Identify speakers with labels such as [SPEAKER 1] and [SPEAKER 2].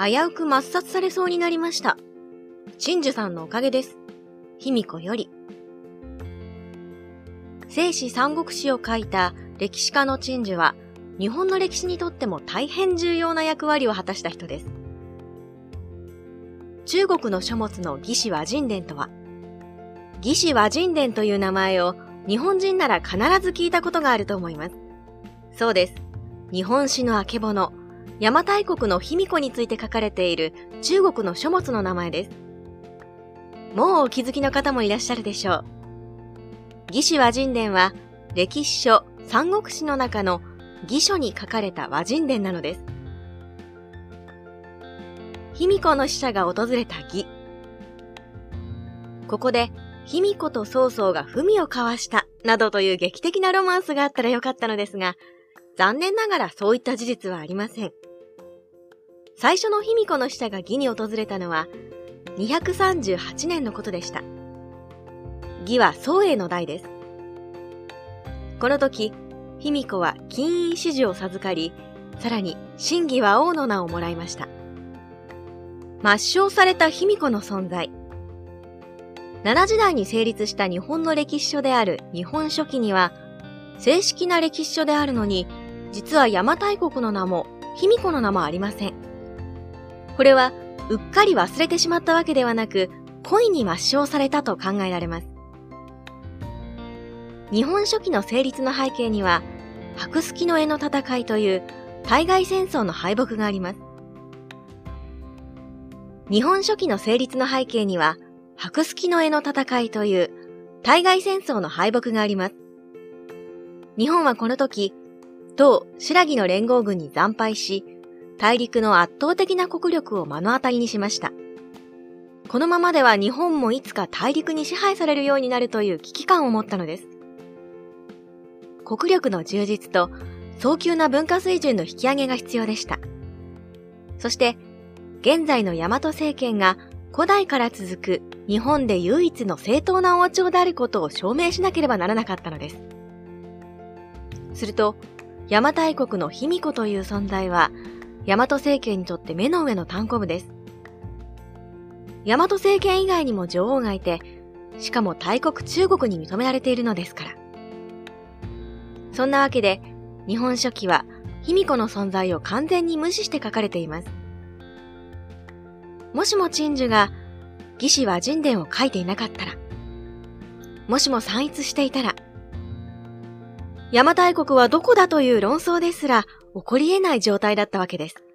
[SPEAKER 1] 危うく抹殺されそうになりました。鎮守さんのおかげです。卑弥呼より。正史三国志を書いた歴史家の鎮守は、日本の歴史にとっても大変重要な役割を果たした人です。中国の書物の魏志倭人伝とは、魏志倭人伝という名前を日本人なら必ず聞いたことがあると思います。そうです。日本史のあけぼの、邪馬台国の卑弥呼について書かれている中国の書物の名前です。もうお気づきの方もいらっしゃるでしょう。魏志倭人伝は歴史書三国志の中の魏書に書かれた倭人伝なのです。卑弥呼の使者が訪れた魏。ここで卑弥呼と曹操が文を交わしたなどという劇的なロマンスがあったらよかったのですが、残念ながらそういった事実はありません。最初の卑弥呼の使者が魏に訪れたのは238年のことでした。魏は曹営の代です。この時、卑弥呼は金印紙綬を授かり、さらに真偽倭王の名をもらいました。抹消された卑弥呼の存在。奈良時代に成立した日本の歴史書である日本書紀には、正式な歴史書であるのに、実は邪馬台国の名も卑弥呼の名もありません。これはうっかり忘れてしまったわけではなく、故意に抹消されたと考えられます。日本書紀の成立の背景には、白鷺の絵の戦いという対外戦争の敗北があります。日本書紀の成立の背景には、白鷺の絵の戦いという対外戦争の敗北があります。日本はこの時、唐・新羅の連合軍に惨敗し、大陸の圧倒的な国力を目の当たりにしました。このままでは日本もいつか大陸に支配されるようになるという危機感を持ったのです。国力の充実と早急な文化水準の引き上げが必要でした。そして、現在の大和政権が古代から続く日本で唯一の正当な王朝であることを証明しなければならなかったのです。すると、邪馬台国の卑弥呼という存在は、大和政権にとって目の上の単行部です。大和政権以外にも女王がいて、しかも大国中国に認められているのですから。そんなわけで、日本書紀は卑弥呼の存在を完全に無視して書かれています。もしも鎮守が魏志倭人伝を書いていなかったら、もしも散逸していたら、邪馬台国はどこだという論争ですら起こり得ない状態だったわけです。